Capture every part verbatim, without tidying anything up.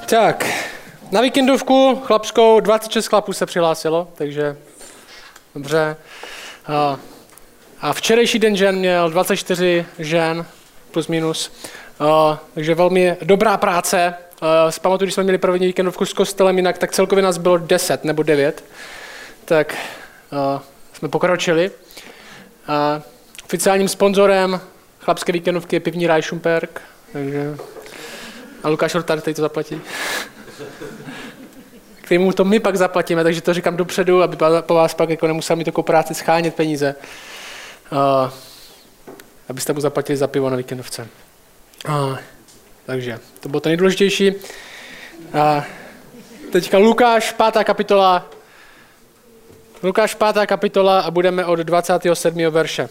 Tak, na víkendovku chlapskou dvacet šest chlapů se přihlásilo, takže dobře. A, a včerejší den žen měl dvacet čtyři žen, plus minus, a, takže velmi dobrá práce. Si pamatuju, když jsme měli první víkendovku s kostelem jinak, tak celkově nás bylo deset nebo devět, tak a, jsme pokročili. A, oficiálním sponzorem chlapské víkendovky je pivní ráj Šumperk, takže a Lukáš Rotár, který to zaplatí. Kterému to my pak zaplatíme, takže to říkám dopředu, aby po vás pak jako nemusel mít takovou práci schánět peníze. Uh, abyste mu zaplatili za pivo na víkendovce. Uh, takže to bylo to nejdůležitější. Uh, teďka Lukáš, pátá kapitola. Lukáš, pátá kapitola a budeme od dvacátého sedmého verše.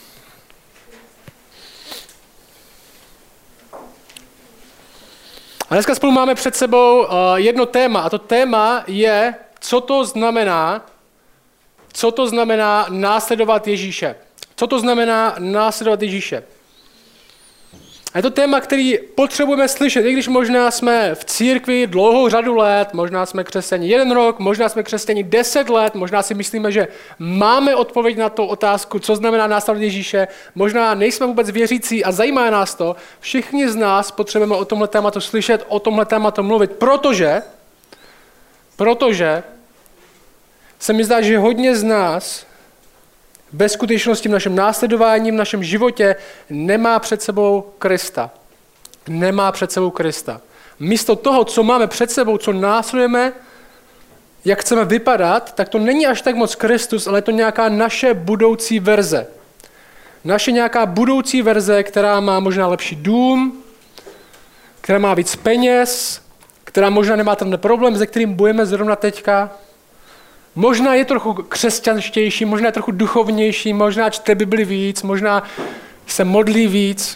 A dneska spolu máme před sebou jedno téma a to téma je, co to znamená, co to znamená následovat Ježíše. Co to znamená následovat Ježíše. A je to téma, který potřebujeme slyšet, i když možná jsme v církvi dlouhou řadu let, možná jsme křesťani jeden rok, možná jsme křesťani deset let, možná si myslíme, že máme odpověď na tu otázku, co znamená následovat Ježíše, možná nejsme vůbec věřící a zajímá nás to. Všichni z nás potřebujeme o tomhle tématu slyšet, o tomhle tématu mluvit, protože, protože se mi zdá, že hodně z nás ve skutečnosti v našem následování, v našem životě nemá před sebou Krista. Nemá před sebou Krista. Místo toho, co máme před sebou, co následujeme, jak chceme vypadat, tak to není až tak moc Kristus, ale je to nějaká naše budoucí verze. Naše nějaká budoucí verze, která má možná lepší dům, která má víc peněz, která možná nemá tenhle problém, se kterým bojujeme zrovna teďka. Možná je trochu křesťanštější, možná je trochu duchovnější, možná čte Bibli víc, možná se modlí víc.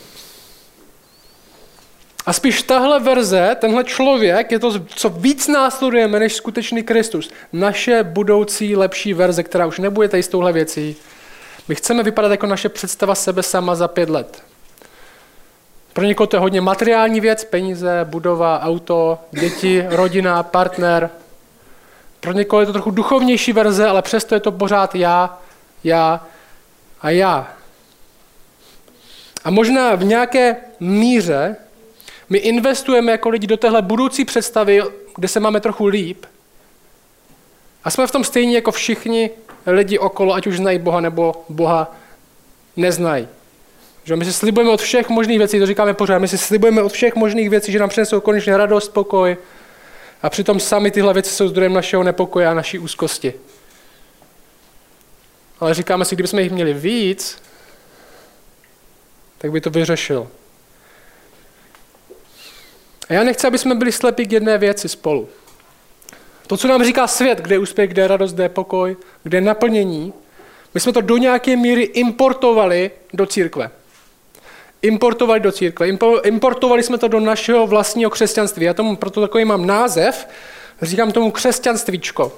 A spíš tahle verze, tenhle člověk, je to, co víc následujeme, než skutečný Kristus. Naše budoucí lepší verze, která už nebude tady s touhle věcí. My chceme vypadat jako naše představa sebe sama za pět let. Pro někoho to je hodně materiální věc, peníze, budova, auto, děti, rodina, partner. Pro někoho je to trochu duchovnější verze, ale přesto je to pořád já, já a já. A možná v nějaké míře my investujeme jako lidi do téhle budoucí představy, kde se máme trochu líp. A jsme v tom stejní jako všichni lidi okolo, ať už znají Boha nebo Boha neznají. Že my si slibujeme od všech možných věcí, to říkáme pořád, my si slibujeme od všech možných věcí, že nám přinesou konečně radost, pokoj. A přitom sami tyhle věci jsou zdrojem našeho nepokoje a naší úzkosti. Ale říkáme si, kdybychom jich měli víc, tak by to vyřešil. A já nechci, aby jsme byli slepí k jedné věci spolu. To, co nám říká svět, kde je úspěch, kde je radost, kde je pokoj, kde je naplnění, my jsme to do nějaké míry importovali do církve. Importovali do církve. Importovali jsme to do našeho vlastního křesťanství. Já tomu proto takový mám název, říkám tomu křesťanstvíčko.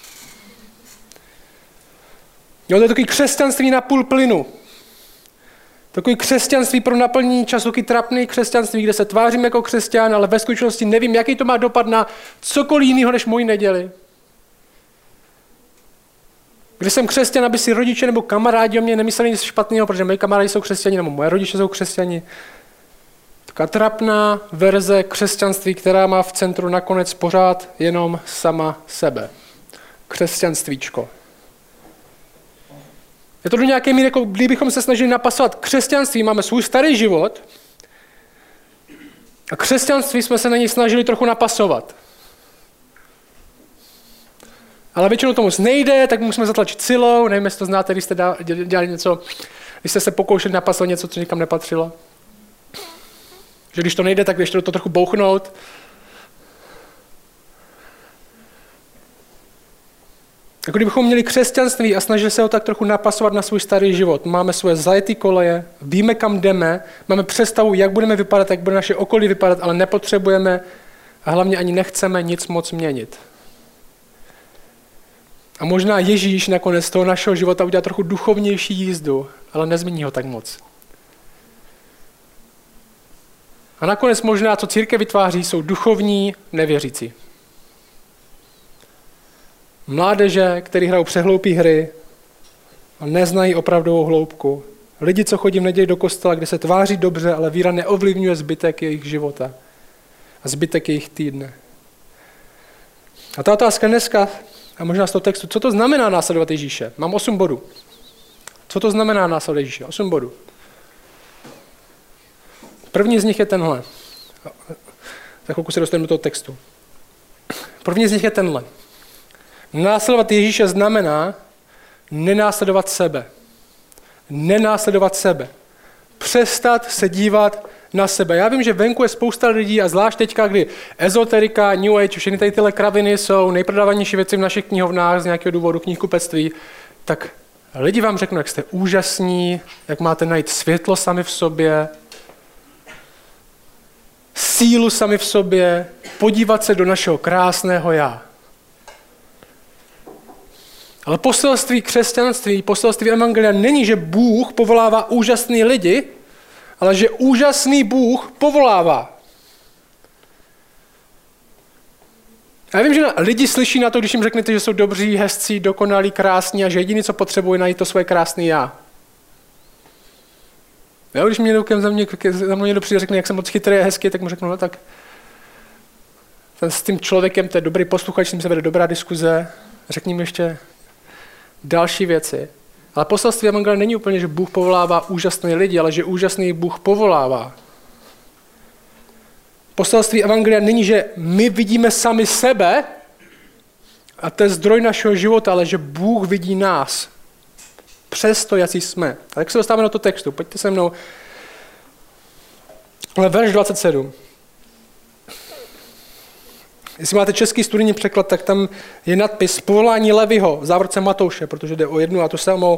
Jo, to je takový křesťanství na půl plynu. Takový křesťanství pro naplnění času, trapný křesťanství, kde se tvářím jako křesťan, ale ve skutečnosti nevím, jaký to má dopad na cokoliv jiného než moji neděli. Když jsem křesťan, aby si rodiče nebo kamarádi o mě nemysleli nic špatného, protože moji kamarádi jsou křesťani, nebo moje rodiče jsou křesťani. Taková trapná verze křesťanství, která má v centru nakonec pořád jenom sama sebe. Křesťanstvíčko. Je to do nějaké míry, jako kdybychom se snažili napasovat křesťanství, máme svůj starý život a křesťanství jsme se na něj snažili trochu napasovat. Ale většinou to moc nejde, tak musíme zatlačit silou, nevím, jestli to znáte, když jste dělali něco, když jste se pokoušeli napasovat něco, co nikam nepatřilo. Že když to nejde, tak ještě to trochu bouchnout. Jako kdybychom měli křesťanství a snažili se ho tak trochu napasovat na svůj starý život. Máme svoje zajetý koleje, víme, kam jdeme, máme představu, jak budeme vypadat, jak bude naše okolí vypadat, ale nepotřebujeme a hlavně ani nechceme nic moc měnit. A možná Ježíš nakonec z toho našeho života udělá trochu duchovnější jízdu, ale nezmění ho tak moc. A nakonec možná, co církev vytváří, jsou duchovní nevěřící. Mládeže, který hrajou přehloupý hry a neznají opravdovou hloubku. Lidi, co chodí v neděli do kostela, kde se tváří dobře, ale víra neovlivňuje zbytek jejich života a zbytek jejich týdne. A ta otázka dneska, a možná z toho textu, co to znamená následovat Ježíše? Mám osm bodů. Co to znamená následovat Ježíše? Osm bodů. První z nich je tenhle. Za chvilku se dostaneme do toho textu. První z nich je tenhle. Následovat Ježíše znamená nenásledovat sebe. Nenásledovat sebe. Přestat se dívat na sebe. Já vím, že venku je spousta lidí a zvlášť teďka, kdy ezoterika, New Age, všechny tady tyhle kraviny jsou nejprodávanější věci v našich knihovnách z nějakého důvodu, knihkupectví, tak lidi vám řeknou, jak jste úžasní, jak máte najít světlo sami v sobě, sílu sami v sobě, podívat se do našeho krásného já. Ale poselství křesťanství, poselství evangelia není, že Bůh povolává úžasný lidi, ale že úžasný Bůh povolává. Já vím, že lidi slyší na to, když jim řeknete, že jsou dobří, hezcí, dokonalí, krásní a že jediný, co potřebuje, najít to svoje krásné já. Jo, když mě za mě, za mě někdo přijde a řekne, jak jsem moc chytrý a hezký, tak mu řeknu, no tak ten s tím člověkem, to je dobrý posluchač, s ním se vede dobrá diskuze, řekni mi ještě další věci. Ale poselství evangelia není úplně, že Bůh povolává úžasné lidi, ale že úžasný Bůh povolává. Poselství evangelia není, že my vidíme sami sebe a to je zdroj našeho života, ale že Bůh vidí nás. Přesto, jací jsme. A tak se dostáváme do toho textu. Pojďte se mnou. Ale verš dvacet sedm. Jestli máte český studijní překlad, tak tam je nadpis Povolání Leviho v závorce Matouše, protože jde o jednu a tu samou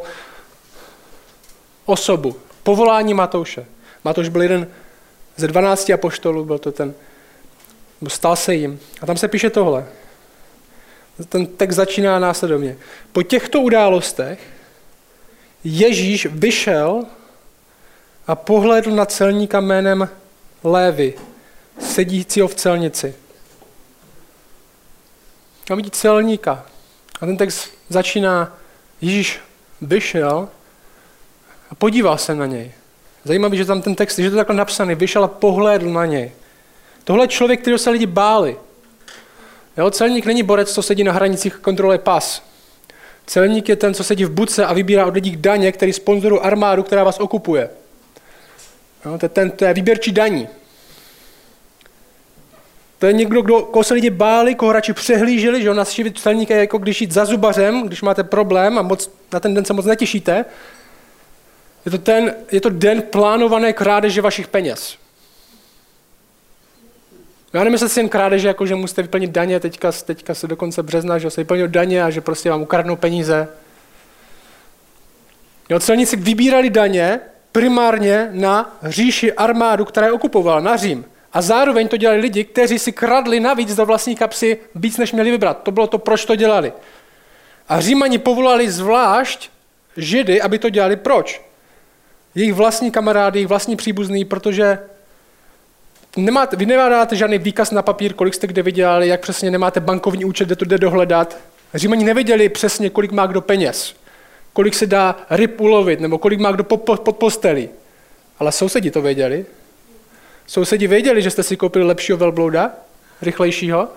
osobu. Povolání Matouše. Matouš byl jeden ze dvanácti apoštolů, byl to ten, stal se jim. A tam se píše tohle. Ten text začíná následovně. Po těchto událostech Ježíš vyšel a pohlédl na celníka jménem Lévy, sedícího v celnici. A vidí celníka. A ten text začíná, Ježíš vyšel a podíval se na něj. Zajímavý, že tam ten text, že to je takhle napsaný, vyšel a pohlédl na něj. Tohle je člověk, kterého se lidi báli. Jo, celník není borec, co sedí na hranicích a kontroluje pas. Celník je ten, co sedí v budce a vybírá od lidí daně, který sponzoruje armádu, která vás okupuje. Jo, to, je ten, to je výběrčí daní. To je někdo, kdo, koho se lidi báli, koho radši přehlíželi, že on navštívit celníka je jako když jít za zubařem, když máte problém a moc, na ten den se moc netěšíte. Je to, ten, je to den plánované krádeže vašich peněz. Já nemyslím si jen krádeže, jako že musíte vyplnit daně, teďka, teďka se do konce března, že se vyplnil daně a že prostě vám ukradnou peníze. Jo, celníci vybírali daně primárně na říši armádu, která je okupovala, na Řím. A zároveň to dělali lidi, kteří si kradli navíc do vlastní kapsy víc, než měli vybrat. To bylo to, proč to dělali. A Římani povolali zvlášť Židy, aby to dělali. Proč? Jejich vlastní kamarády, jejich vlastní příbuzný, protože nemáte, vy nemáte žádný výkaz na papír, kolik jste kde vydělali, jak přesně nemáte bankovní účet, kde to jde dohledat. Římani nevěděli přesně, kolik má kdo peněz, kolik se dá ryb ulovit, nebo kolik má kdo pod postelí. Ale sousedi to věděli. Sousedi věděli, že jste si koupili lepšího velblouda, rychlejšího,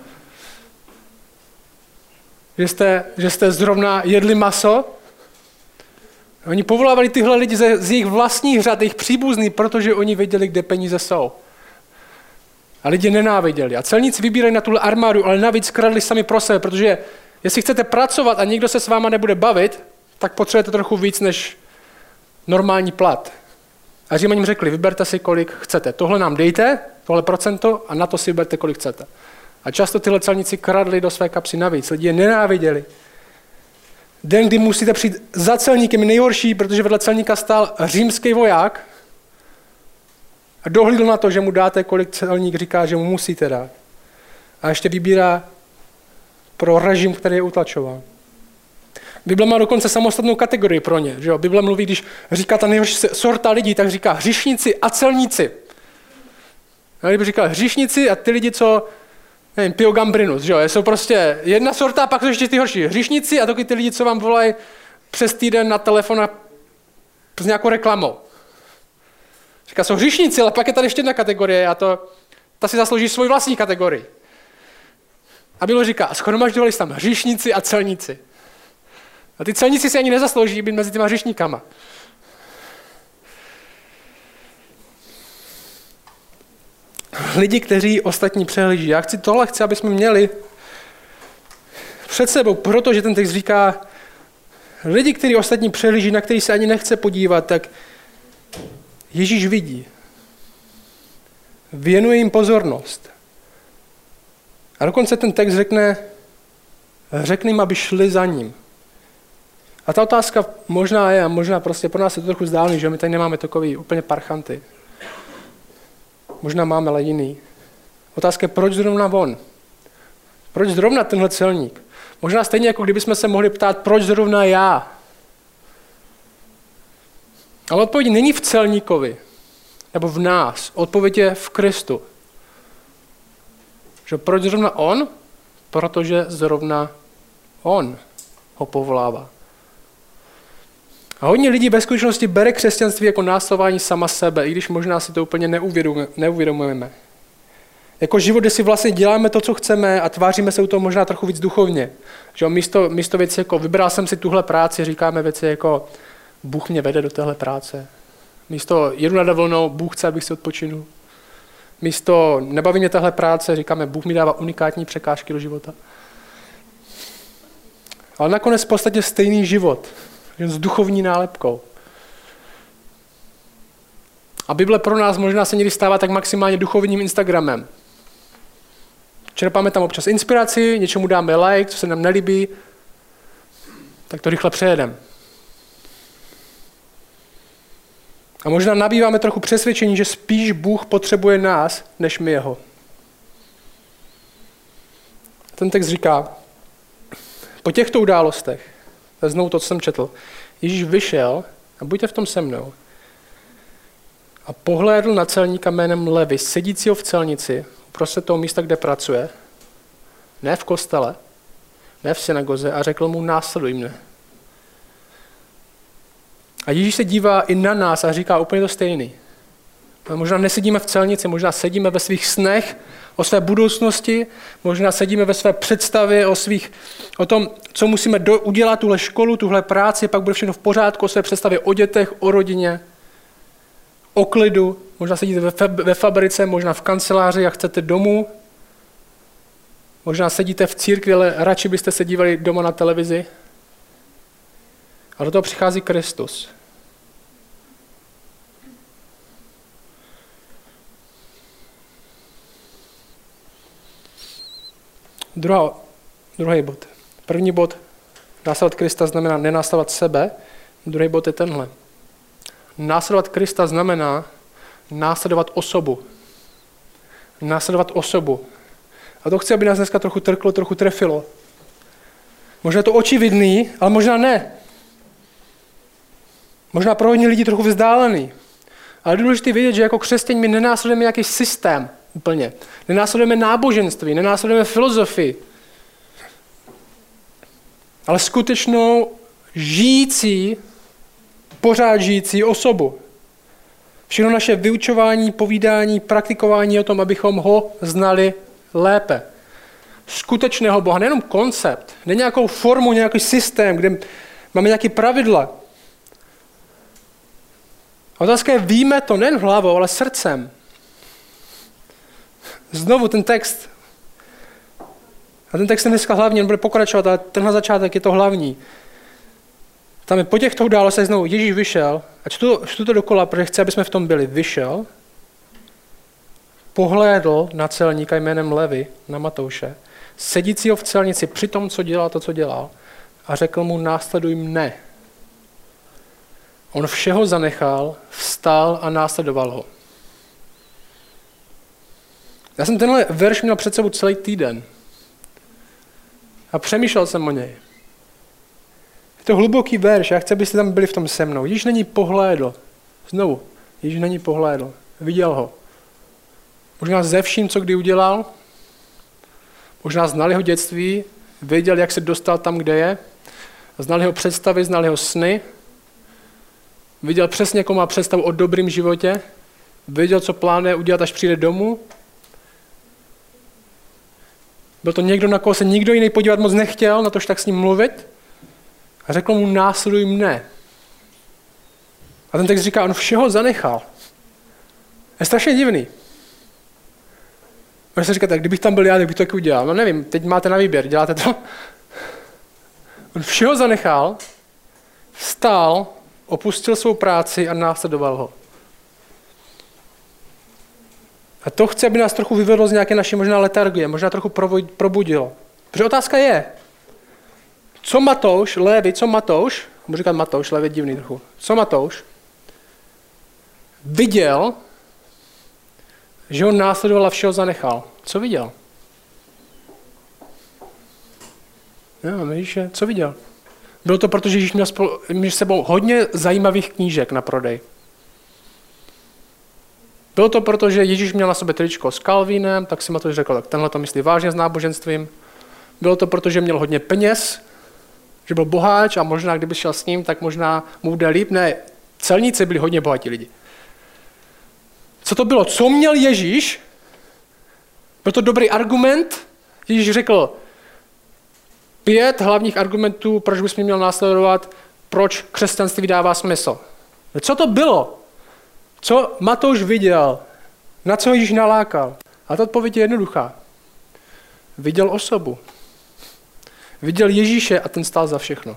že jste, že jste zrovna jedli maso. Oni povolávali tyhle lidi z, z jejich vlastních řad, jejich příbuzný, protože oni věděli, kde peníze jsou. A lidi nenáviděli. A celníci vybírali na tuhle armádu, ale navíc kradli sami pro sebe, protože jestli chcete pracovat a nikdo se s váma nebude bavit, tak potřebujete trochu víc než normální plat. A Římaním řekli, vyberte si, kolik chcete. Tohle nám dejte, tohle procento a na to si vyberte, kolik chcete. A často tyhle celníci kradli do své kapsy navíc. Lidi je nenáviděli. Den, kdy musíte přijít za celníkem, je nejhorší, protože vedle celníka stál římský voják a dohlídl na to, že mu dáte, kolik celník říká, že mu musíte dát. A ještě vybírá pro režim, který je utlačoval. Bible má dokonce samostatnou kategorii pro ně. Že jo? Bible mluví, když říká ta nejhorší sorta lidí, tak říká hříšníci a celníci. A kdyby říkal hříšníci a ty lidi, co nevím, pijou gambrinus, že jo, jsou prostě jedna sorta, a pak jsou ještě ty horší hříšníci a taky ty lidi, co vám volají přes týden na telefon a s nějakou reklamou. Říká, jsou hříšníci, ale pak je tady ještě jedna kategorie a to, ta si zaslouží svoji vlastní kategorii. A Bible říká, a shromažďovali se tam hříšníci a celníci. A ty celníci si ani nezaslouží být mezi těma hříšníkama. Lidi, kteří ostatní přehlíží. Já chci tohle, chci, aby jsme měli před sebou, protože ten text říká, lidi, kteří ostatní přehlíží, na který se ani nechce podívat, tak Ježíš vidí. Věnuje jim pozornost. A dokonce ten text řekne, řekne jim, aby šli za ním. A ta otázka možná je, a možná prostě pro nás je to trochu zdálný, že my tady nemáme takový úplně parchanty. Možná máme, ale jiný. Otázka je, proč zrovna on? Proč zrovna tenhle celník? Možná stejně, jako kdybychom se mohli ptát, proč zrovna já? Ale odpověď není v celníkovi, nebo v nás. Odpověď je v Kristu. Že proč zrovna on? Protože zrovna on ho povolává. A hodně lidí ve skutečnosti bere křesťanství jako následování sama sebe, i když možná si to úplně neuvědomujeme. Jako život, kde si vlastně děláme to, co chceme a tváříme se u toho možná trochu víc duchovně. Že místo, místo věci jako vybral jsem si tuhle práci, říkáme věci jako Bůh mě vede do téhle práce. Místo jedu nad vlnou, Bůh chce, abych si odpočinul. Místo nebaví mě tahle práce, říkáme Bůh mi dává unikátní překážky do života. Ale nakonec v podstatě stejný život, jen s duchovní nálepkou. A Bible pro nás možná se někdy stává tak maximálně duchovním Instagramem. Čerpáme tam občas inspiraci, něčemu dáme like, co se nám nelíbí, tak to rychle přejedeme. A možná nabýváme trochu přesvědčení, že spíš Bůh potřebuje nás, než my jeho. Ten text říká, po těchto událostech, to je znovu to, co jsem četl, Ježíš vyšel, a buďte v tom se mnou, a pohlédl na celníka jménem Levi, sedícího v celnici, uprostřed toho místa, kde pracuje, ne v kostele, ne v synagoze, a řekl mu, následuj mne. A Ježíš se dívá i na nás a říká úplně to stejný. A možná nesedíme v celnici, možná sedíme ve svých snech o své budoucnosti, možná sedíme ve své představě o, svých, o tom, co musíme do, udělat, tuhle školu, tuhle práci, pak bude všechno v pořádku, o své představě o dětech, o rodině, o klidu, možná sedíte ve, ve fabrice, možná v kanceláři a chcete domů, možná sedíte v církvi, ale radši byste se dívali doma na televizi. A do toho přichází Kristus. Druhá, druhý bod. První bod, následovat Krista znamená nenásledovat sebe. Druhý bod je tenhle. Následovat Krista znamená následovat osobu. Následovat osobu. A to chci, aby nás dneska trochu trklo, trochu trefilo. Možná je to očividný, ale možná ne. Možná pro hodně lidí trochu vzdálený. Ale je důležité vědět, že jako křesťané my nenásledujeme nějaký systém úplně. Nenásledujeme náboženství, nenásledujeme filozofii. Ale skutečnou žijící, pořád žijící osobu. Všechno naše vyučování, povídání, praktikování o tom, abychom ho znali lépe. Skutečného Boha, nejenom koncept, ne nějakou formu, nějaký systém, kde máme nějaké pravidla. A otázka je, víme to nejen hlavou, ale srdcem. Znovu ten text. A ten text je dneska hlavní, on bude pokračovat, ale tenhle začátek je to hlavní. Tam je po těchto událostech znovu Ježíš vyšel, a čtu, čtu to dokola, protože chci, aby jsme v tom byli. Vyšel, pohlédl na celníka jménem Levi, na Matouše, sedícího v celnici při tom, co dělal to, co dělal, a řekl mu, následuj mne. On všeho zanechal, vstal a následoval ho. Já jsem tenhle verš měl před sebou celý týden. A přemýšlel jsem o něj. Je to hluboký verš, já chci, abyste tam byli v tom se mnou. Ježíš není pohlédl. Znovu, Ježíš není pohlédl. Viděl ho. Možná ze vším, co kdy udělal. Možná znal jeho dětství, věděl, jak se dostal tam, kde je. Znal jeho představy, znal jeho sny. Viděl přesně, jakou má představu o dobrým životě. Věděl, co plánuje udělat, až přijde domů. Byl to někdo, na koho se nikdo jiný podívat moc nechtěl, na tož tak s ním mluvit. A řekl mu, následuj mne. A ten text říká, on všeho zanechal. Je strašně divný. Můžeš se říkat, tak kdybych tam byl já, tak bych to taky udělal. No nevím, teď máte na výběr, děláte to? On všeho zanechal, vstál, opustil svou práci a následoval ho. A to chci, aby nás trochu vyvedlo z nějaké naší možná letargie, možná trochu probudilo. Protože otázka je, co Matouš, Lévi, co Matouš, můžu říkat Matouš, Lévi je divný trochu, co Matouš viděl, že on následoval a všeho zanechal. Co viděl? Jo, víš, co viděl? Bylo to proto, že Ježíš měl, spolu, měl s sebou hodně zajímavých knížek na prodej. Bylo to proto, že Ježíš měl na sobě tričko s Kalvínem, tak si Matouš řekl, tak tenhle to myslí vážně s náboženstvím. Bylo to proto, že měl hodně peněz, že byl boháč a možná, kdyby šel s ním, tak možná mu bude líp. Ne, celníci byli hodně bohatí lidi. Co to bylo? Co měl Ježíš? Byl to dobrý argument? Ježíš řekl pět hlavních argumentů, proč bys mě měl následovat, proč křesťanství dává smysl. Co to bylo? Co Matouš viděl? Na co Ježíš nalákal? A ta odpověď je jednoduchá. Viděl osobu. Viděl Ježíše a ten stál za všechno.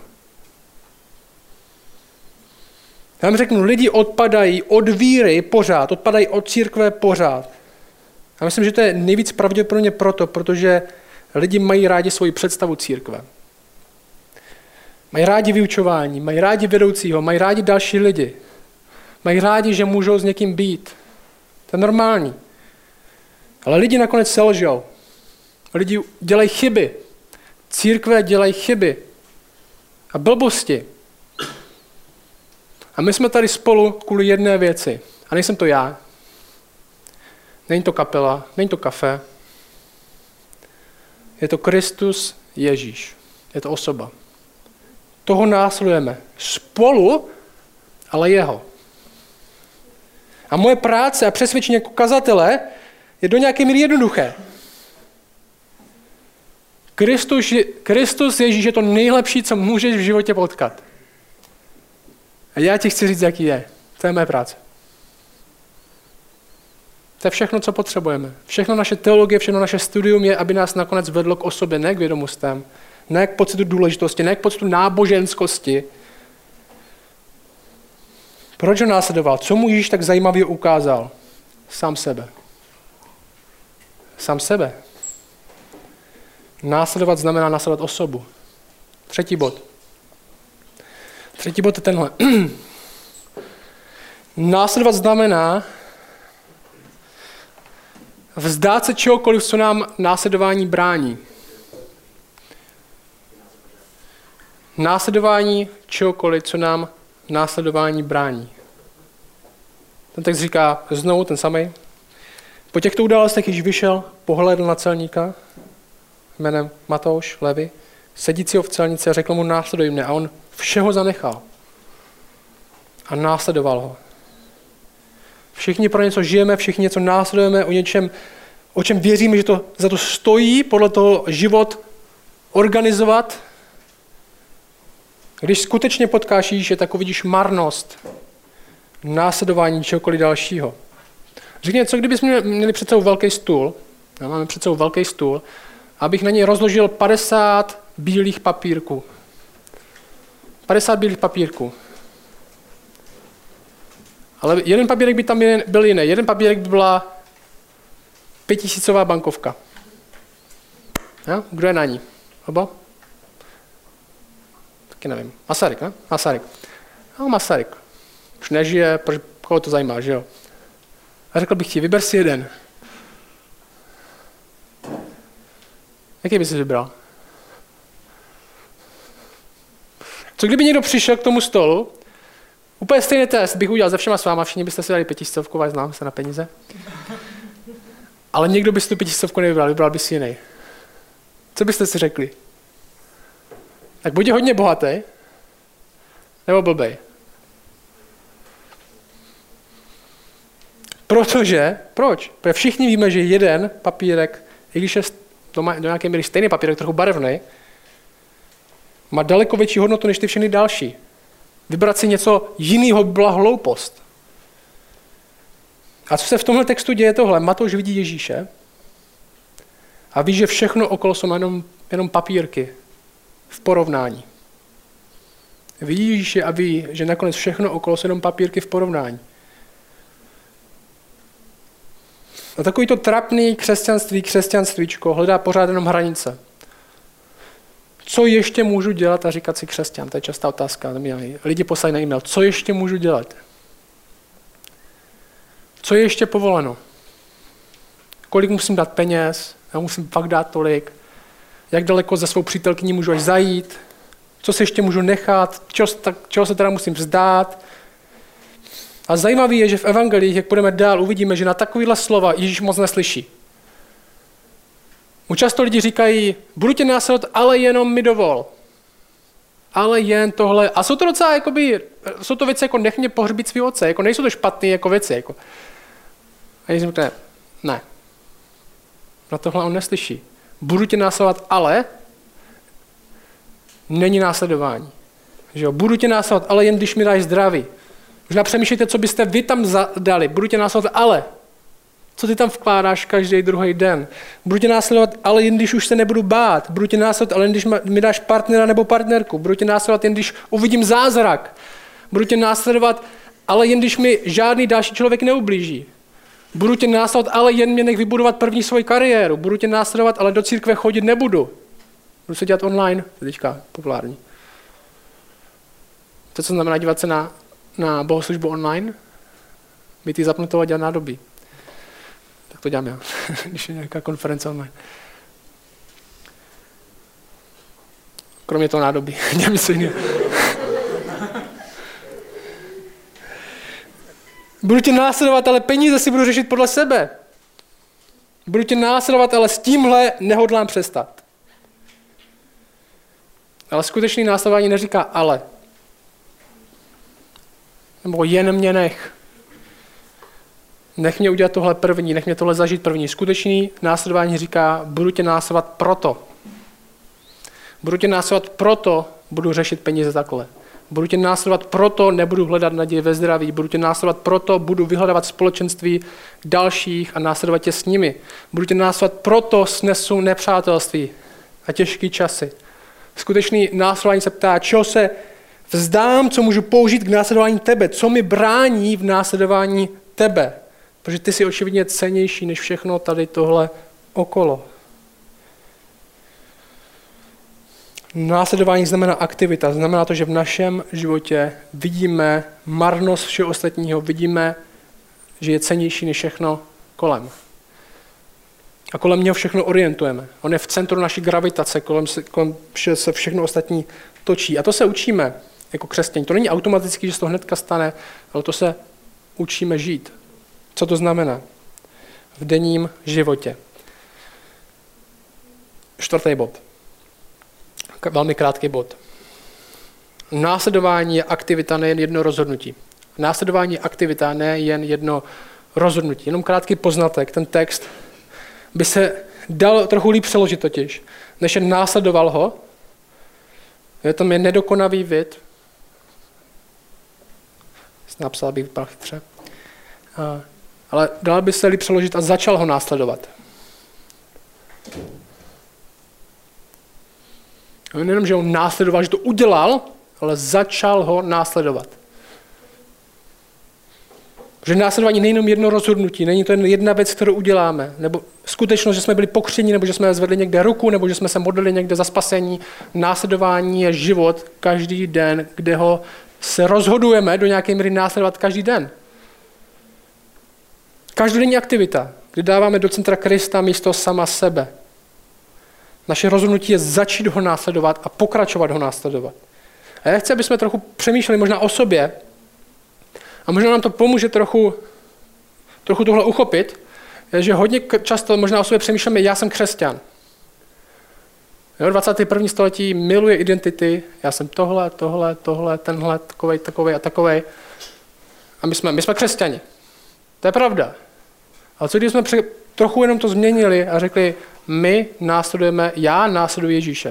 Já vám řeknu, lidi odpadají od víry pořád, odpadají od církve pořád. Já myslím, že to je nejvíc pravděpodobně proto, protože lidi mají rádi svoji představu církve. Mají rádi vyučování, mají rádi vedoucího, mají rádi další lidi. Mají rádi, že můžou s někým být. To je normální. Ale lidi nakonec selžou. Lidi dělají chyby. Církve dělají chyby. A blbosti. A my jsme tady spolu kvůli jedné věci. A nejsem to já. Není to kapela, není to kafe. Je to Kristus Ježíš. Je to osoba. Toho následujeme. Spolu, ale jeho. A moje práce a přesvědčení jako kazatele je do nějaké míry jednoduché. Kristus, Kristus Ježíš je to nejlepší, co můžeš v životě potkat. A já ti chci říct, jaký je. To je moje práce. To je všechno, co potřebujeme. Všechno naše teologie, všechno naše studium je, aby nás nakonec vedlo k osobě, ne k vědomostem, ne k pocitu důležitosti, ne k pocitu náboženskosti. Proč ho následoval? Co mu Ježíš tak zajímavě ukázal? Sám sebe. Sám sebe. Následovat znamená následovat osobu. Třetí bod. Třetí bod je tenhle. Následovat znamená vzdát se čehokoliv, co nám následování brání. Následování čehokoliv, co nám následování brání. Ten text říká znovu ten samej. Po těchto událostech již vyšel, pohlédl na celníka jménem Matouš, Levi, sedícího v celnici a řekl mu následuj mne. A on všeho zanechal. A následoval ho. Všichni pro něco žijeme, všichni něco následujeme, o něčem, o čem věříme, že to za to stojí, podle toho život organizovat. Když skutečně potkáš Ježíše, tak uvidíš marnost následování čehokoliv dalšího. Řekněme, co kdybychom měli před sebou velký stůl, já máme před sebou velký stůl, abych na něj rozložil padesát bílých papírků. padesát bílých papírků. Ale jeden papírek by tam byl jiný. Jeden papírek by byla pětitisícová bankovka. Ja? Kdo je na ní? Oba? Taky nevím. Masaryk, ne? Masaryk. No, Masaryk. Už nežije, protože koho to zajímá, že jo? A řekl bych ti, vyber si jeden. Jaký bys si vybral? Co kdyby někdo přišel k tomu stolu, úplně stejný test bych udělal se všema s váma, všichni byste si dali pětistovku, až znám se na peníze. ale někdo by si tu pětistovku nevybral, vybral by si jiný. Co byste si řekli? Tak buď je hodně bohatý, nebo blbej. Protože, proč? Protože všichni víme, že jeden papírek, i když je do nějaké míry stejný papírek, trochu barevný, má daleko větší hodnotu než ty všechny další. Vybrat si něco jiného byla hloupost. A co se v tomhle textu děje tohle? Matouš vidí Ježíše a ví, že všechno okolo jsou jenom, jenom papírky v porovnání. Vidí Ježíše a ví, že nakonec všechno okolo jsou jenom papírky v porovnání. A takový to trapný křesťanství, křesťanstvíčko hledá pořád jenom hranice. Co ještě můžu dělat a říkat si křesťan? To je častá otázka. Lidi poslají na e-mail. Co ještě můžu dělat? Co je ještě povoleno? Kolik musím dát peněz? Já musím fakt dát tolik. Jak daleko za svou přítelkyní můžu až zajít? Co se ještě můžu nechat? Čeho, čeho se teda musím vzdát? A zajímavé je, že v evangelích, jak půjdeme dál, uvidíme, že na takovýhle slova Ježíš moc neslyší. Mu často lidi říkají, budu tě následovat, ale jenom mi dovol. Ale jen tohle. A jsou to docela, jakoby, jsou to věci, jako nech mě pohřbít svý otce, jako nejsou to špatné jako věci. Jako. A Ježíš říká, ne. Na tohle on neslyší. Budu tě následovat, ale není následování. Že jo? Budu tě následovat, ale jen když mi dáš zdraví. Možná přemýšlejte, co byste vy tam dali. Budu tě následovat, ale co ty tam vkládáš každý druhý den. Budu tě následovat, ale jen když už se nebudu bát. Budu tě následovat, ale jen když mi dáš partnera nebo partnerku. Budu tě následovat, jen když uvidím zázrak. Budu tě následovat, ale jen když mi žádný další člověk neublíží. Budu tě následovat, ale jen mě nech vybudovat první svoji kariéru. Budu tě následovat, ale do církve chodit nebudu. Budu se dělat online, to je teďka populární. To, co znamená dívat se na, na bohoslužbu online, být ji zapnutou a dělat nádobí. Tak to dělám já, když je nějaká konference online. Kromě toho nádobí, dělám něco jiného. Budu tě následovat, ale peníze si budu řešit podle sebe. Budu tě následovat, ale s tímhle nehodlám přestat. Ale skutečný následování neříká ale. Nebo jen mě nech. Nech mě udělat tohle první, nech mě tohle zažít první. Skutečný následování říká, budu tě následovat proto. Budu tě následovat proto, budu řešit peníze takhle. Budu tě následovat proto, nebudu hledat naději ve zdraví. Budu tě následovat proto, budu vyhledávat společenství dalších a následovat tě s nimi. Budu tě následovat proto, snesu nepřátelství a těžké časy. Skutečný následování se ptá, čeho se vzdám, co můžu použít k následování tebe, co mi brání v následování tebe. Protože ty jsi očividně cennější než všechno tady tohle okolo. Následování znamená aktivita, znamená to, že v našem životě vidíme marnost všeho ostatního, vidíme, že je cennější než všechno kolem. A kolem něho všechno orientujeme. On je v centru naší gravitace, kolem se, kolem se všechno ostatní točí. A to se učíme jako křesťané. To není automaticky, že se to hnedka stane, ale to se učíme žít. Co to znamená? V denním životě. Čtvrtý bod. Velmi krátký bod. Následování je aktivita, nejen jedno rozhodnutí. Následování je aktivita, ne jen jedno rozhodnutí. Jenom krátký poznatek. Ten text by se dal trochu líp přeložit totiž, než jen následoval ho. Je tam je nedokonavý vid. Napsal bych vypadal chytře. Ale dal by se líp přeložit a začal ho následovat. Nejenom, že on následoval, že to udělal, ale začal ho následovat. Že následování není jenom jedno rozhodnutí, není to jen jedna věc, kterou uděláme, nebo skutečnost, že jsme byli pokřtěni, nebo že jsme zvedli někde ruku, nebo že jsme se modlili někde za spasení. Následování je život každý den, kde ho se rozhodujeme do nějaké míry následovat každý den. Každodenní aktivita, kdy dáváme do centra Krista místo sama sebe. Naše rozhodnutí je začít ho následovat a pokračovat ho následovat. A já chci, aby jsme trochu přemýšleli možná o sobě a možná nám to pomůže trochu, trochu tohle uchopit. je, že hodně často možná o sobě přemýšlíme, já jsem křesťan. Jo, dvacátém prvním století miluje identity, já jsem tohle, tohle, tohle, tenhle, takovej, takovej a takovej. A my jsme, my jsme křesťani. To je pravda. Ale co když jsme při, trochu jenom to změnili a řekli, my následujeme, já následuji Ježíše.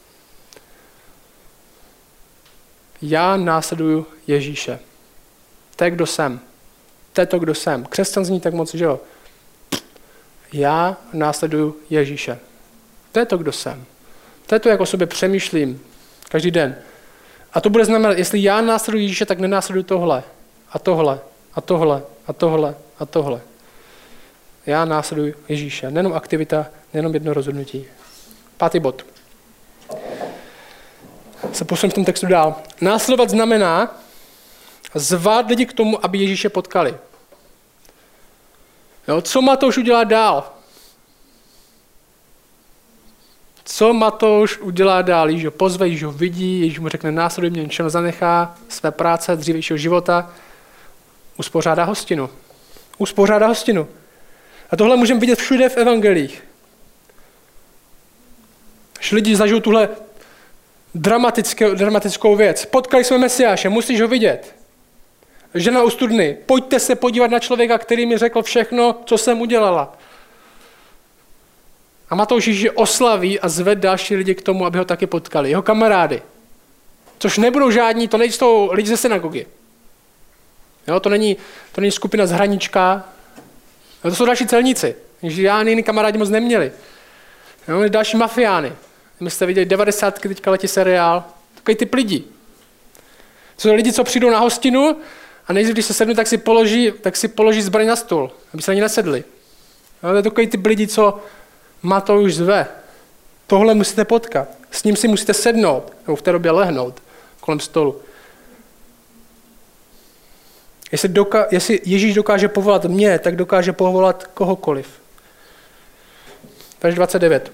Já následuju Ježíše. To je, kdo jsem. To je to, kdo jsem. Křesťan zní tak moc, že jo. Já následuju Ježíše. To je to, kdo jsem. To je to, jak o sobě přemýšlím každý den. A to bude znamenat, jestli já následuji Ježíše, tak nenásleduji tohle a tohle a tohle a tohle a tohle. Já následuji Ježíše. Nejenom aktivita, nejenom jedno rozhodnutí. Pátý bod. Se posuneme v tom textu dál. Následovat znamená zvát lidi k tomu, aby Ježíše potkali. Jo, co Matouš udělá dál? Co Matouš udělá dál? Ježíš ho pozve, Ježíš ho vidí, Ježíš mu řekne, následuj mě, ničeho zanechá, své práce, dřívějšího života, uspořádá hostinu. Uspořádá hostinu. A tohle můžeme vidět všude v evangelích. Když lidi zažijou tuhle dramatickou věc. Potkali jsme Mesiáše, musíš ho vidět. Žena u studny, pojďte se podívat na člověka, který mi řekl všechno, co jsem udělala. A Matouš Ježíše oslaví a zved další lidi k tomu, aby ho taky potkali. Jeho kamarády. Což nebudou žádní, to nejsou lidi ze synagogy. Jo, to není, to není skupina z Hranička. Jo, to jsou další celníci. Žádný jiný kamarádi moc neměli. Jo, další mafiány. My jste viděli devadesátky, teďka letí seriál. Takový typ lidí. To jsou lidi, co přijdou na hostinu a nejdřív, když se sednou, tak si položí, tak si položí zbraň na stůl, aby se ani nesedli. Jo, to je takový typ lidí, co Matouš zve. Tohle musíte potkat. S ním si musíte sednout, nebo v té době lehnout kolem stolu. Jestli, doka- jestli Ježíš dokáže povolat mě, tak dokáže povolat kohokoliv. Verš dvacet devět.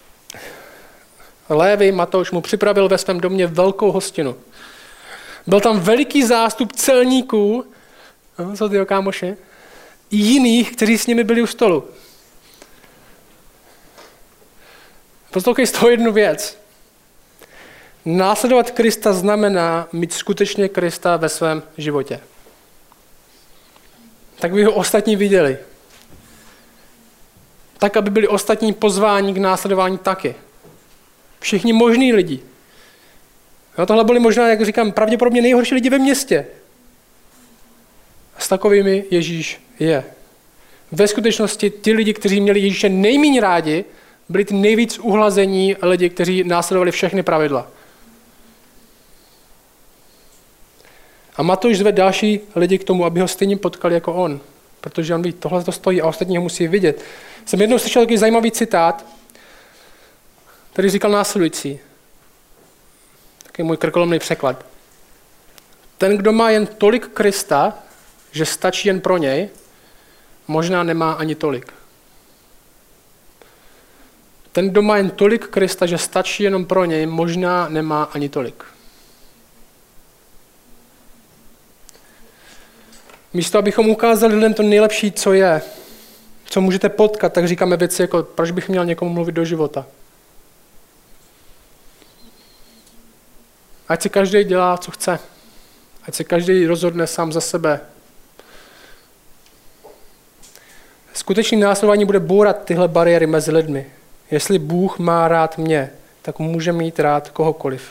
Lévi Matouš mu připravil ve svém domě velkou hostinu. Byl tam veliký zástup celníků, no, co ty kámoši, i jiných, kteří s nimi byli u stolu. Poslouchej z toho jednu věc. Následovat Krista znamená mít skutečně Krista ve svém životě. Tak by ho ostatní viděli. Tak, aby byli ostatní pozváni k následování taky. Všichni možní lidi. No, tohle byli možná, jak říkám, pravděpodobně nejhorší lidi ve městě. A s takovými Ježíš je. Ve skutečnosti ti lidi, kteří měli Ježíše nejméně rádi, byli ty nejvíc uhlazení lidi, kteří následovali všechny pravidla. A Matouš zve další lidi k tomu, aby ho stejně potkali jako on. Protože on ví, tohle to stojí a ostatní ho musí vidět. Jsem jednou slyšel takový zajímavý citát, který říkal následující. Takový můj krkolomný překlad. Ten, kdo má jen tolik Krista, že stačí jen pro něj, možná nemá ani tolik. Ten, kdo má jen tolik Krista, že stačí jenom pro něj, možná nemá ani tolik. Místo, abychom ukázali lidem to nejlepší, co je, co můžete potkat, tak říkáme věci jako, proč bych měl někomu mluvit do života. Ať si každý dělá, co chce. Ať se každý rozhodne sám za sebe. Skutečný následování bude bourat tyhle bariéry mezi lidmi. Jestli Bůh má rád mě, tak může mít rád kohokoliv.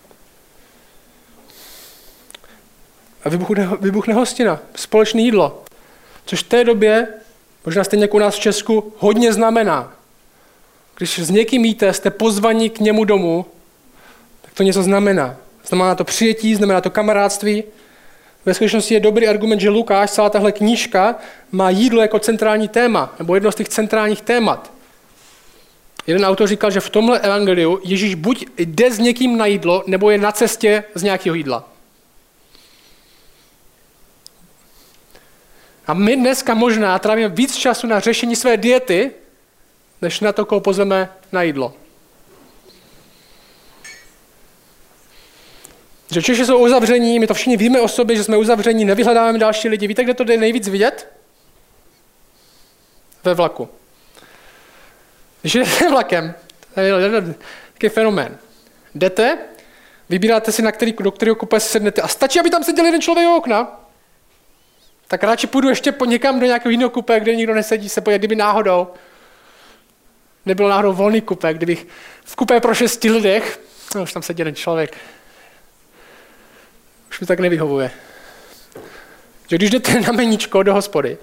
A vybuchne, vybuchne hostina, společné jídlo. Což v té době, možná stejně jako u nás v Česku, hodně znamená. Když s někým jíte, jste pozvaní k němu domů, tak to něco znamená. Znamená to přijetí, znamená to kamarádství. Ve skutečnosti je dobrý argument, že Lukáš, celá tahle knížka, má jídlo jako centrální téma, nebo jedno z těch centrálních témat. Jeden autor říkal, že v tomhle evangeliu Ježíš buď jde s někým na jídlo, nebo je na cestě z nějakého jídla. A my dneska možná trávíme víc času na řešení své diety, než na to, koho pozveme na jídlo. Že Češi jsou uzavření, my to všichni víme o sobě, že jsme uzavření, nevyhledáváme další lidi. Víte, kde to jde nejvíc vidět? ve vlaku. Když jdete vlakem, to je takový fenomén. Jdete, vybíráte si, na který, do kterého kupe si sednete a stačí, aby tam seděl jeden člověk u okna. Tak radši půjdu ještě po někam do nějakého jiného kupe, kde nikdo nesedí, se podívat, kdyby náhodou nebylo náhodou volný kupe, kdybych v kupe pro šesti lidech, no už tam sedí jeden člověk, už mi tak nevyhovuje. Že když jdete na meníčko do hospody,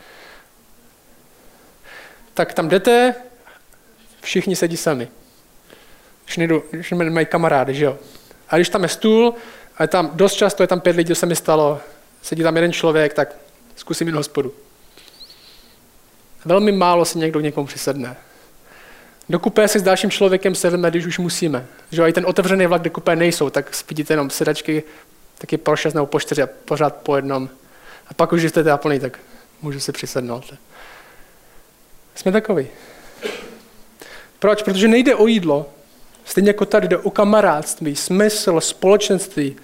tak tam jdete, všichni sedí sami. Když, nejdu, když nemají kamarády, že jo. A když tam je stůl, a je tam dost často, je tam pět lidí, to se mi stalo, sedí tam jeden člověk, tak zkusím jít hospodu. Velmi málo si někdo k někomu přisedne. Do kupé si s dalším člověkem sedneme, když už musíme. Že jo, i ten otevřený vlak, kde kupé nejsou, tak vidíte jenom sedačky, taky po šest nebo po čtyři a pořád po jednom. A pak už, když jste teda plný, tak můžu si přisednout. Jsme takový. Proč? Protože nejde o jídlo. Stejně jako tady jde o kamarádství, smysl, společenství.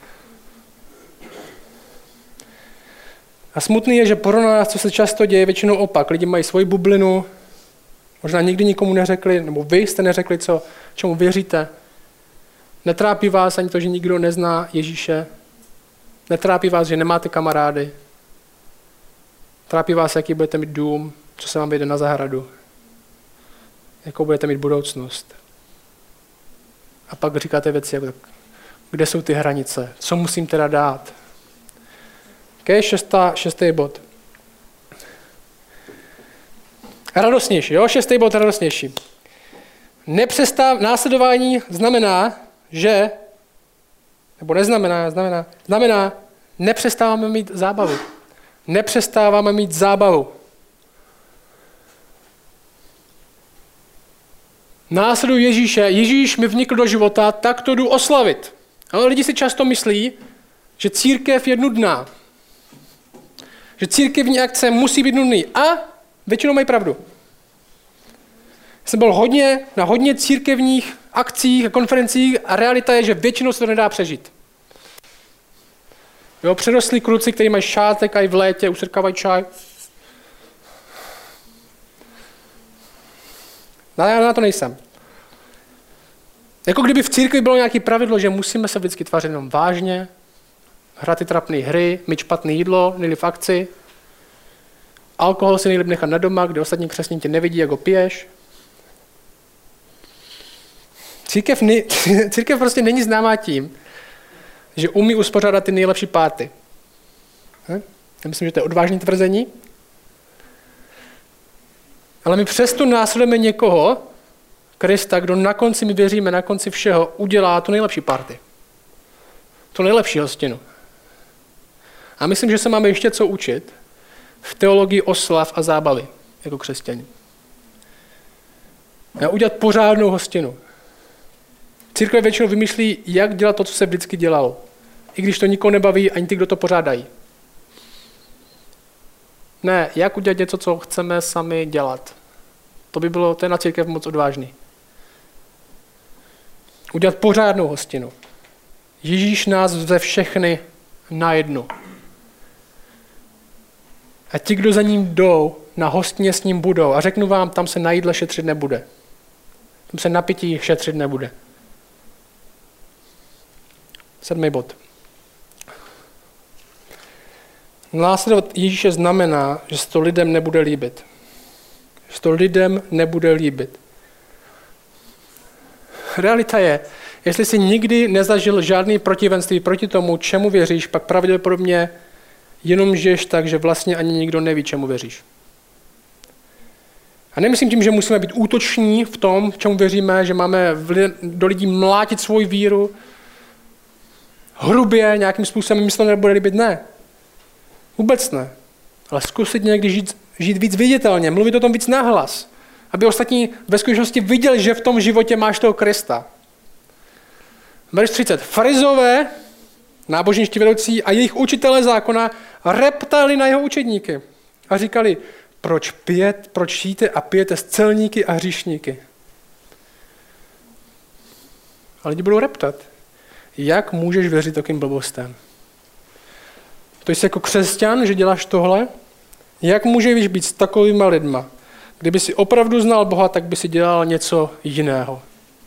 A smutný je, že pro nás, co se často děje, většinou opak. Lidi mají svoji bublinu, možná nikdy nikomu neřekli, nebo vy jste neřekli, co, čemu věříte. Netrápí vás ani to, že nikdo nezná Ježíše. Netrápí vás, že nemáte kamarády. Trápí vás, jaký budete mít dům, co se vám vyjde na zahradu. Jakou budete mít budoucnost. A pak říkáte věci, jako, kde jsou ty hranice, co musím teda dát. Okay, šestá, šestý bod. Radostnější, jo? Šestý bod radostnější. Nepřestáv, následování znamená, že, nebo neznamená, znamená, znamená, nepřestáváme mít zábavu. Nepřestáváme mít zábavu. Následuji Ježíše. Ježíš mi vnikl do života, tak to jdu oslavit. Ale lidi si často myslí, že církev je nudná. Že církevní akce musí být nudný. A většinou mají pravdu. Jsem byl hodně, na hodně církevních akcích a konferencích a realita je, že většinou se to nedá přežít. Jo, přerostlí kluci, kteří mají šátek a i v létě usrkávají čaj. No, já na to nejsem. Jako kdyby v církvi bylo nějaké pravidlo, že musíme se vždycky tvářit jenom vážně, hrát ty trapné hry, mít špatné jídlo, nejlíp v akci. Alkohol si nejlíp nechat na doma, kde ostatní křesní tě nevidí, jak ho piješ. Církev, ne, církev prostě není známá tím, že umí uspořádat ty nejlepší párty. Já myslím, že to je odvážné tvrzení. Ale my přesto následujeme někoho, Krista, kdo na konci, my věříme, na konci všeho udělá tu nejlepší party. Tu nejlepší hostinu. A myslím, že se máme ještě co učit v teologii oslav a zábavy, jako křesťani. A udělat pořádnou hostinu. Církev většinou vymýšlí, jak dělat to, co se vždycky dělalo. I když to nikoho nebaví, ani ty, kdo to pořádají. Ne, jak udělat něco, co chceme sami dělat. To by bylo, to je na církev moc odvážný. Udělat pořádnou hostinu. Ježíš nás zve všechny na jednu. A ti, kdo za ním jdou, na hostině s ním budou. A řeknu vám, tam se na jídle šetřit nebude. Tam se na pití šetřit nebude. Sedmý bod. Následovat Ježíše znamená, že se to lidem nebude líbit. Že se to lidem nebude líbit. Realita je, jestli jsi nikdy nezažil žádný protivenství proti tomu, čemu věříš, pak pravděpodobně jenom žiješ tak, že vlastně ani nikdo neví, čemu věříš. A nemyslím tím, že musíme být útoční v tom, čemu věříme, že máme do lidí mlátit svou víru, hrubě, nějakým způsobem, my se to nebude líbit, ne. Vůbec ne. Ale zkusit někdy žít, žít víc viditelně, mluvit o tom víc nahlas, aby ostatní ve skutečnosti viděli, že v tom životě máš toho Krista. Verš třicet. Farizové, náboženští vedoucí a jejich učitelé zákona reptali na jeho učedníky a říkali, proč pijete, proč jíte a pijete s celníky a hříšníky. A lidi budou reptat. Jak můžeš věřit takým blbostem? To jsi jako křesťan, že děláš tohle? Jak můžeš být s takovýma lidma? Kdyby si opravdu znal Boha, tak by si dělal něco jiného.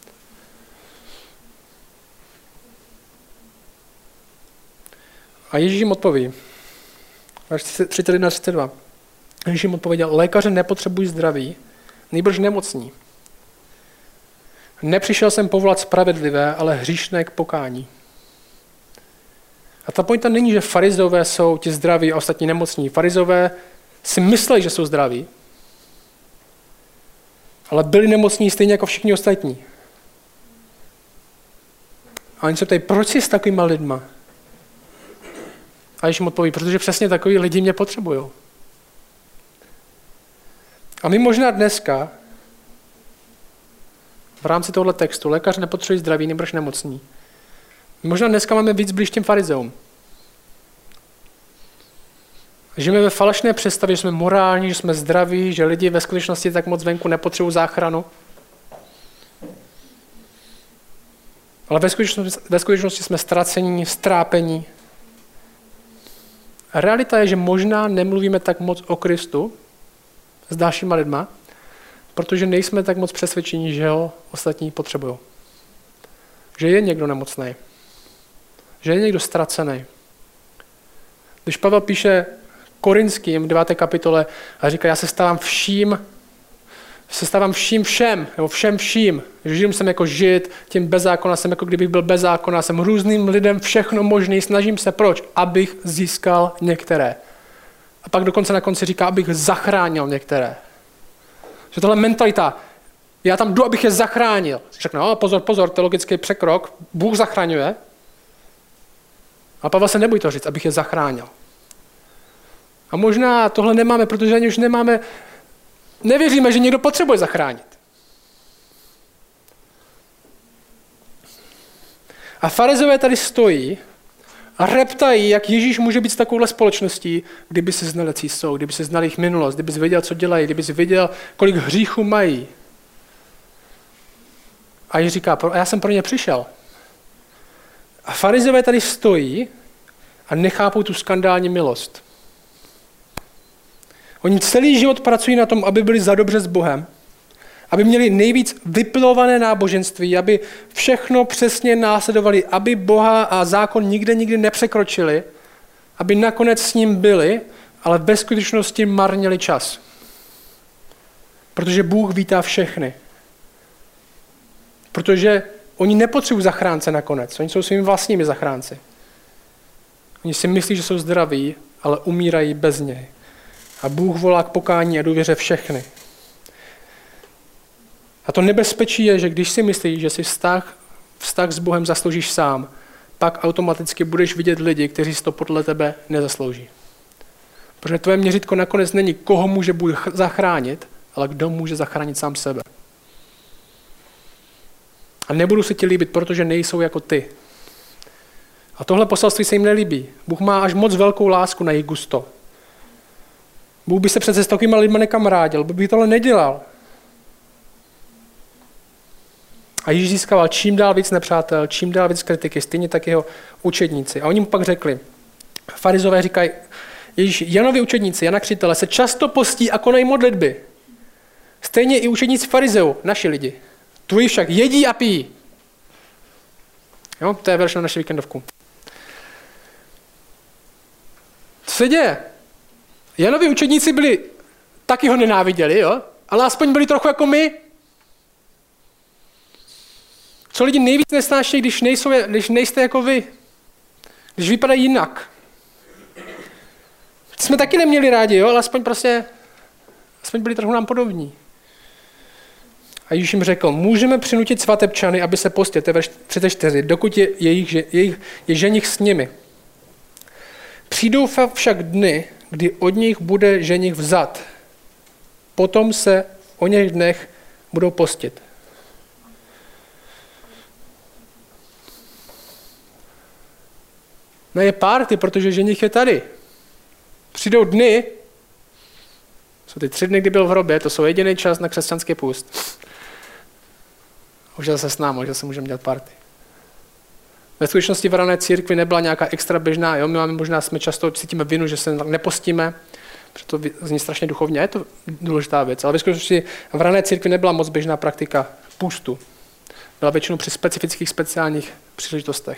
A Ježíš jim odpoví. třicet jedna třicet dva. Ježíš jim odpověděl, lékaře nepotřebují zdraví, nýbrž nemocní. Nepřišel jsem povolat spravedlivé, ale hříšné k pokání. A ta pointa není, že farizové jsou ti zdraví a ostatní nemocní. Farizové si mysleli, že jsou zdraví, ale byli nemocní stejně jako všichni ostatní. A oni se ptají, proč jsi s takovýma lidma? A Ježíš mu odpoví, protože přesně takový lidi mě potřebují. A my možná dneska v rámci tohoto textu lékař nepotřebuje zdraví, nebož nemocní. My možná dneska máme víc blíž těm farizeům. Žijeme ve falešné představě, že jsme morální, že jsme zdraví, že lidi ve skutečnosti tak moc venku nepotřebují záchranu. Ale ve skutečnosti, ve skutečnosti jsme ztracení, strápení. A realita je, že možná nemluvíme tak moc o Kristu s dalšíma lidma, protože nejsme tak moc přesvědčení, že ho ostatní potřebují. Že je někdo nemocný. Že je někdo ztracený. Když Pavel píše Korinským v deváté kapitole a říká, já se stávám vším, se stávám vším všem, nebo všem vším. Že žiju jsem jako žid, tím bez zákona jsem jako kdybych byl bez zákona, jsem různým lidem všechno možný, snažím se, proč? Abych získal některé. A pak dokonce na konci říká, abych zachránil některé. Že tohle mentalita, já tam jdu, abych je zachránil. Řekne, no, pozor, pozor, teologický překrok, Bůh zachraňuje. A Pavel se nebojí to říct, abych je zachránil. A možná tohle nemáme, protože ani už nemáme, nevěříme, že někdo potřebuje zachránit. A farizové tady stojí a reptají, jak Ježíš může být s takovouhle společností, kdyby se znali, co jsou, kdyby se znali jejich minulost, kdyby se věděl, co dělají, kdyby se věděl, kolik hříchů mají. A Ježíš říká, a já jsem pro ně přišel. A farizové tady stojí a nechápou tu skandální milost. Oni celý život pracují na tom, aby byli za dobře s Bohem, aby měli nejvíc vypilované náboženství, aby všechno přesně následovali, aby Boha a zákon nikde nikdy nepřekročili, aby nakonec s ním byli, ale ve skutečnosti marnili čas. Protože Bůh vítá všechny. Protože oni nepotřebují zachránce nakonec, oni jsou svými vlastními zachránci. Oni si myslí, že jsou zdraví, ale umírají bez něj. A Bůh volá k pokání a důvěře všechny. A to nebezpečí je, že když si myslíš, že si vztah, vztah s Bohem zasloužíš sám, pak automaticky budeš vidět lidi, kteří si to podle tebe nezaslouží. Protože tvoje měřítko nakonec není, koho může Bůh zachránit, ale kdo může zachránit sám sebe. A nebudou se ti líbit, protože nejsou jako ty. A tohle poselství se jim nelíbí. Bůh má až moc velkou lásku na jejich gusto. Bůh by se přece s takovýma lidma nekamarádil, Bůh by tohle nedělal. A Ježíš získával čím dál víc nepřátel, čím dál víc kritiky, stejně tak jeho učedníci. A oni mu pak řekli, farizové říkají, Ježíš, Janovi učedníci, Jana Křtitele, se často postí a konají modlitby. Stejně i učedníci farizeů, naši lidi. Tvoji však jedí a pijí. Jo, to je verš na naši víkendovku. Co se děje? Janovi učedníci byli, taky ho nenáviděli, jo? Ale aspoň byli trochu jako my. Co lidi nejvíc nesnáší, když, nejsou, když nejste jako vy. Když vypadají jinak. Jsme taky neměli rádi, jo? Ale aspoň prostě, aspoň byli trochu nám podobní. A Ježíš jim řekl, můžeme přinutit svatebčany, aby se postili, to je verš třicet čtyři, dokud je, jejich, jejich, je ženich s nimi. Přijdou však dny, kdy od nich bude ženich vzat. Potom se o něch dnech budou postit. No je párty, protože ženich je tady. Přijdou dny, jsou ty tři dny, kdy byl v hrobě, to jsou jediný čas na křesťanský půst. Už zase s námi, že se můžeme dělat party. Ve skutečnosti v rané církvi nebyla nějaká extra běžná, jo? My máme možná, jsme často cítíme vinu, že se nepostíme, protože to zní strašně duchovně, je to důležitá věc, ale ve skutečnosti v rané církvi nebyla moc běžná praktika půstu. Byla většinou při specifických, speciálních příležitostech.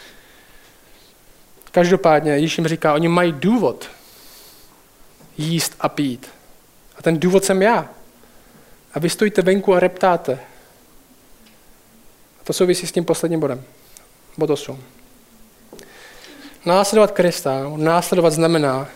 Každopádně Ježíš jim říká, oni mají důvod jíst a pít. A ten důvod jsem já. A vy stojíte venku a reptáte. A to souvisí s tím posledním bodem. Bod osm. Následovat Krista, následovat znamená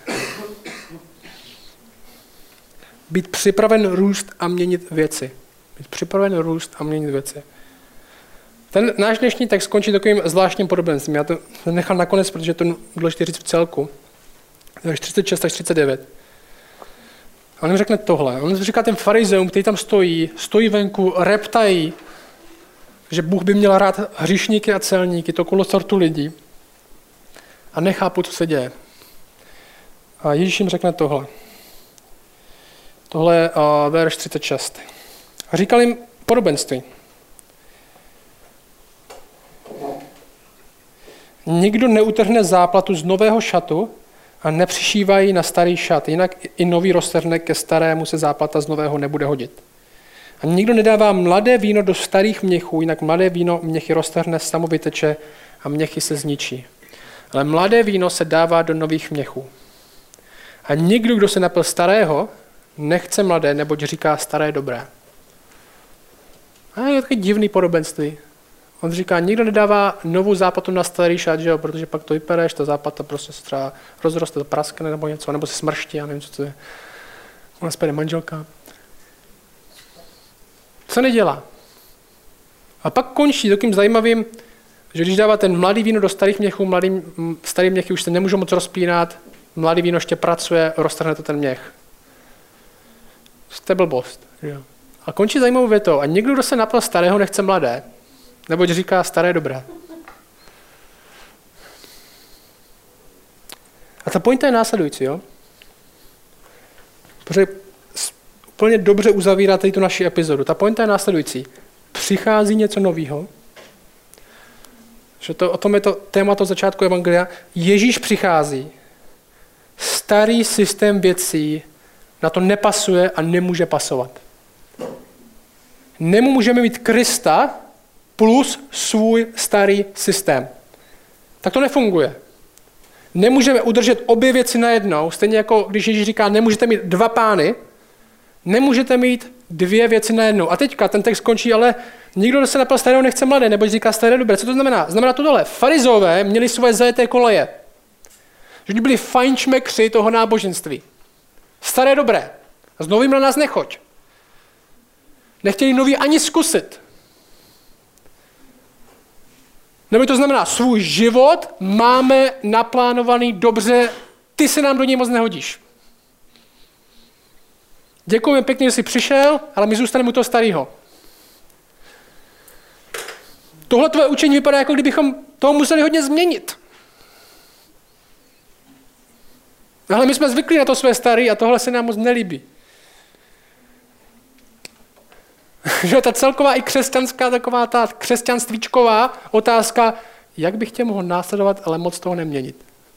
být připraven růst a měnit věci. Být připraven růst a měnit věci. Ten náš dnešní text skončí takovým zvláštním podobenstvím. Já to nechám nakonec, protože to je důležité říct v celku. Verš třicet šest až třicet devět. A on jim řekne tohle. On říká těm farizeům, kteří tam stojí, stojí venku, reptají, že Bůh by měl rád hříšníky a celníky, to kolo sortu lidí. A nechápu, co se děje. A Ježíš jim řekne tohle. Tohle je uh, verš třicet šest. A říkal jim podobenství. Nikdo neutrhne záplatu z nového šatu a nepřišívají na starý šat, jinak i nový roztrhne, ke starému se záplata z nového nebude hodit. A nikdo nedává mladé víno do starých měchů, jinak mladé víno měchy roztrhne, samo vyteče a měchy se zničí. Ale mladé víno se dává do nových měchů. A nikdo, kdo se napil starého, nechce mladé, neboť říká staré je dobré. A je takový divný podobenství. On říká, nikdo nedává novou záplatu na starý šat, že jo? Protože pak to vypereš, ta záplata prostě se třeba rozroste, to praskne nebo něco, nebo se smrští, já nevím, co to je. Ona spěde manželka. Co nedělá? A pak končí takým zajímavým, že když dává ten mladý víno do starých měchů, mladý, starý měchy už se nemůžou moc rozpínat, mladý víno ještě pracuje, roztrhne to ten měch. To je blbost. Že jo? A končí zajímavou větou. A někdo, kdo se napil starého, nechce mladé, neboť říká staré je dobré. A ta pointa je následující, jo? Protože úplně dobře uzavírá tady tu naši epizodu. Ta pointa je následující. Přichází něco nového. Že to, o tom je to téma toho začátku evangelia. Ježíš přichází. Starý systém věcí na to nepasuje a nemůže pasovat. Nemůžeme mít Krista plus svůj starý systém. Tak to nefunguje. Nemůžeme udržet obě věci najednou, stejně jako když Ježíš říká, nemůžete mít dva pány, nemůžete mít dvě věci najednou. A teďka ten text končí, ale nikdo, kdo se napil starého, nechce mladé, nebo říká staré dobré. Co to znamená? Znamená to dole. Farizové měli svoje zajeté koleje. Že byli fajnšmekři toho náboženství. Staré dobré. A s novým na nás nechoď. Nechtěli nový ani zkusit. Nebo to znamená, svůj život máme naplánovaný dobře, ty se nám do něj moc nehodíš. Děkujeme pěkně, že jsi přišel, ale my zůstaneme u toho starého. Tohle tvoje učení vypadá, jako kdybychom toho museli hodně změnit. Ale my jsme zvyklí na to své staré a tohle se nám moc nelíbí. Že ta celková i křesťanská, taková ta křesťanstvíčková otázka, jak bych tě mohl následovat, ale moc toho neměnit.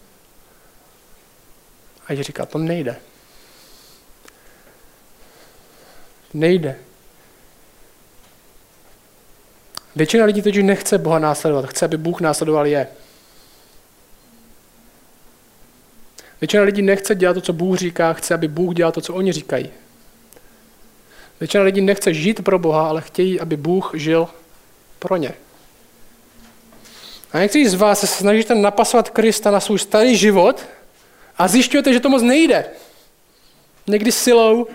A Ježíš říká, to nejde. Nejde. Většina lidí totiž nechce Boha následovat, chce, aby Bůh následoval je. Většina lidí nechce dělat to, co Bůh říká, chce, aby Bůh dělal to, co oni říkají. Většina lidí nechce žít pro Boha, ale chtějí, aby Bůh žil pro ně. A někteří z vás se snažíte napasovat Krista na svůj starý život a zjišťujete, že to moc nejde. Někdy silou.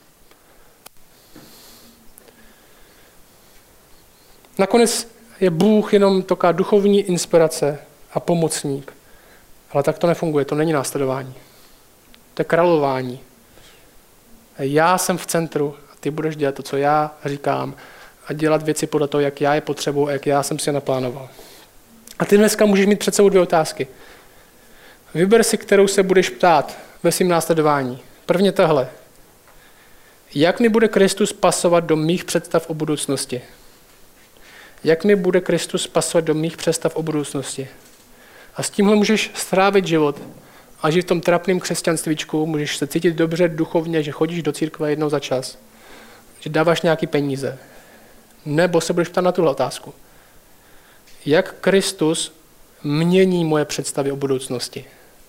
Nakonec je Bůh jenom taková duchovní inspirace a pomocník. Ale tak to nefunguje, to není následování. To je králování. Já jsem v centru a ty budeš dělat to, co já říkám a dělat věci podle toho, jak já je potřebuji a jak já jsem si je naplánoval. A ty dneska můžeš mít před sebou dvě otázky. Vyber si, kterou se budeš ptát ve svým následování. Prvně tahle. Jak mi bude Kristus pasovat do mých představ o budoucnosti? Jak mi bude Kristus pasovat do mých představ o budoucnosti? A s tímhle můžeš strávit život a žít v tom trapném křesťanstvíčku, můžeš se cítit dobře duchovně, že chodíš do církve jednou za čas, že dáváš nějaký peníze. Nebo se budeš ptát na tuhle otázku. Jak Kristus mění moje představy o budoucnosti?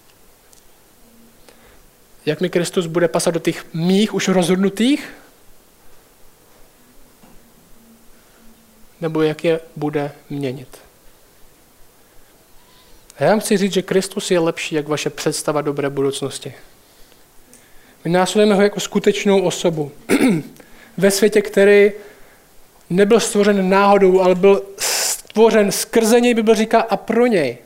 Jak mi Kristus bude pasat do těch mých už rozhodnutých? Nebo jak je bude měnit? A já vám chci říct, že Kristus je lepší, jak vaše představa dobré budoucnosti. My následujeme ho jako skutečnou osobu. Ve světě, který nebyl stvořen náhodou, ale byl stvořen skrze něj, Bible říká, a pro něj.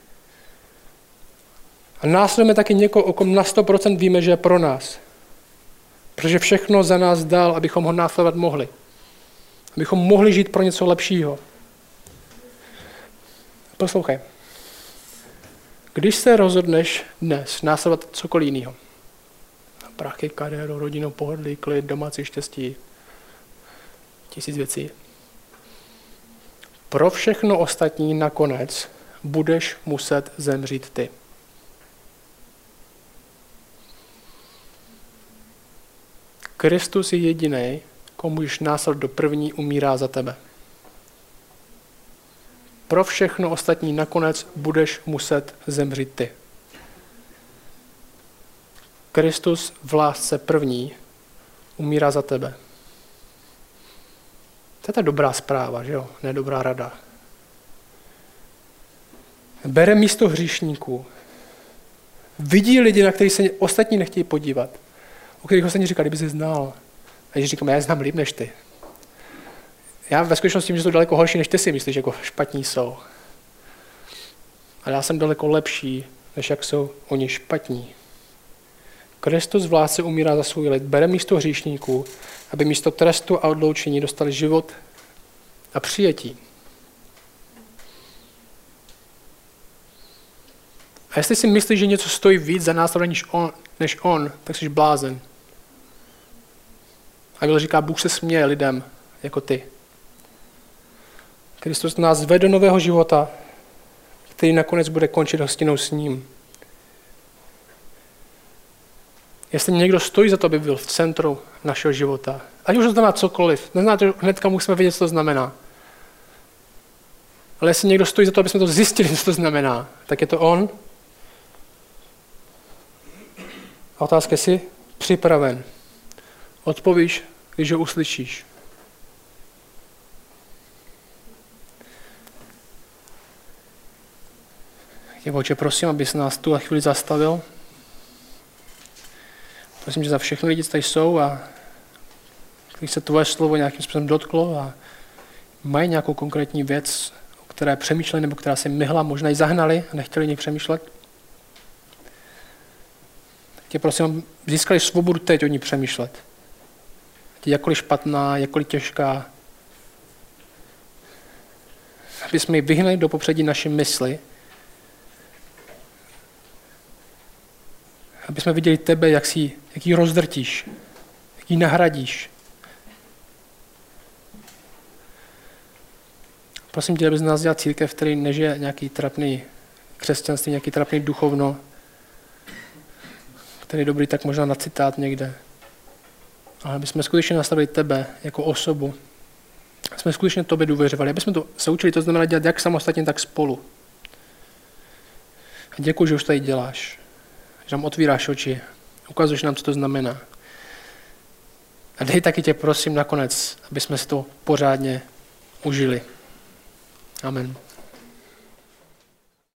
A následujeme taky někoho, o kom na sto procent víme, že je pro nás. Protože všechno za nás dal, abychom ho následovat mohli. Abychom mohli žít pro něco lepšího. Poslouchej. Když se rozhodneš dnes následovat cokoliv jiného, prachy, kariéru, rodinu, pohodlí, klid, domácí štěstí, tisíc věcí, pro všechno ostatní nakonec budeš muset zemřít ty. Kristus je jediný, komu můžeš následovat do první, umírá za tebe. Pro všechno ostatní nakonec budeš muset zemřít ty. Kristus v lásce první umírá za tebe. To je ta dobrá zpráva, že jo? Ne dobrá rada. Bere místo hříšníků. Vidí lidi, na kterých se ostatní nechtějí podívat. O kterých ostatní říká, kdyby jsi znal. A když říkám, já je znám líp než ty. Já ve skutečnosti že jsou daleko horší, než ty si myslíš, jako špatní jsou. Ale já jsem daleko lepší, než jak jsou oni špatní. Kristus v lásce umírá za svůj lid, bere místo hříšníků, aby místo trestu a odloučení dostali život a přijetí. A jestli si myslíš, že něco stojí víc za následování než on, než on, tak jsi blázen. A Bible říká, Bůh se směje lidem jako ty. Kristus nás vede do nového života, který nakonec bude končit hostinou s ním. Jestli někdo stojí za to, aby byl v centru našeho života, ať už to znamená cokoliv, neznáte, hnedka musíme vědět, co to znamená. Ale jestli někdo stojí za to, aby jsme to zjistili, co to znamená, tak je to on. A otázka, jsi připraven. Odpovíš, když ho uslyšíš. Tě, Bože, prosím, abys nás tu a chvíli zastavil. Prosím, že za všechny lidi, co tady jsou a když se tvoje slovo nějakým způsobem dotklo a mají nějakou konkrétní věc, o které přemýšleli nebo která se myhla, možná i zahnali a nechtěli něk přemýšlet, tak tě prosím, získali svobodu teď o ní přemýšlet. Ať je jakkoliv špatná, jakkoliv těžká, aby jsme ji vyhnali do popředí naší mysli, aby jsme viděli tebe, jak, si, jak ji rozdrtíš, jak ji nahradíš. Prosím tě, aby z nás dělal církev, který nežije nějaký trapný křesťanství, nějaký trapný duchovno, který je dobrý tak možná na citát někde. Ale aby jsme skutečně nastavili tebe jako osobu. Aby jsme skutečně tobě důvěřovali. Aby jsme to se učili, to znamená dělat jak samostatně, tak spolu. A děkuji, že už tady děláš. Že nám otvíráš oči. Ukazuješ nám, co to znamená. A dej taky tě prosím nakonec, aby jsme si to pořádně užili. Amen.